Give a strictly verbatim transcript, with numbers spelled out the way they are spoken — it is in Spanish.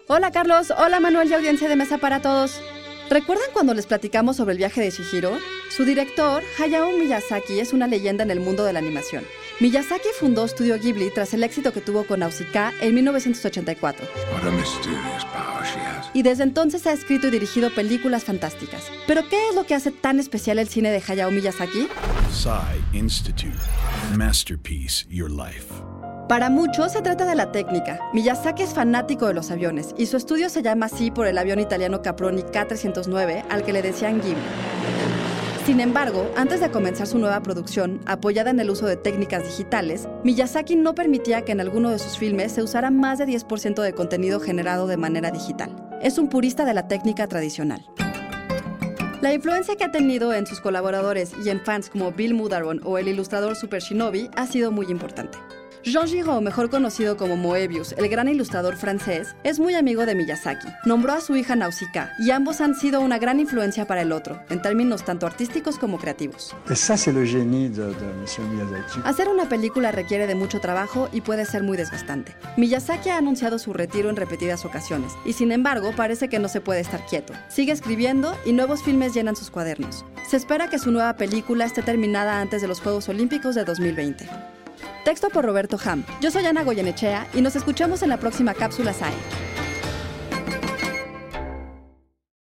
Hola Carlos, hola Manuel y audiencia de Mesa para Todos. ¿Recuerdan cuando les platicamos sobre el viaje de Chihiro? Su director, Hayao Miyazaki, es una leyenda en el mundo de la animación. Miyazaki fundó Studio Ghibli tras el éxito que tuvo con Nausicaa en mil novecientos ochenta y cuatro. What a mysterious power she has. Y desde entonces ha escrito y dirigido películas fantásticas. ¿Pero qué es lo que hace tan especial el cine de Hayao Miyazaki? Psy Institute. Masterpiece, your life. Para muchos se trata de la técnica. Miyazaki es fanático de los aviones y su estudio se llama así por el avión italiano Caproni K trescientos nueve al que le decían Ghibli. Sin embargo, antes de comenzar su nueva producción, apoyada en el uso de técnicas digitales, Miyazaki no permitía que en alguno de sus filmes se usara más de diez por ciento de contenido generado de manera digital. Es un purista de la técnica tradicional. La influencia que ha tenido en sus colaboradores y en fans como Bill Mudaron o el ilustrador Super Shinobi ha sido muy importante. Jean Giraud, mejor conocido como Moebius, el gran ilustrador francés, es muy amigo de Miyazaki. Nombró a su hija Nausicaa y ambos han sido una gran influencia para el otro, en términos tanto artísticos como creativos. Esa es el génie de, de Monsieur Miyazaki. Hacer una película requiere de mucho trabajo y puede ser muy desgastante. Miyazaki ha anunciado su retiro en repetidas ocasiones y sin embargo parece que no se puede estar quieto. Sigue escribiendo y nuevos filmes llenan sus cuadernos. Se espera que su nueva película esté terminada antes de los Juegos Olímpicos de dos mil veinte. Texto por Roberto Ham. Yo soy Ana Goyenechea y nos escuchamos en la próxima cápsula S A E.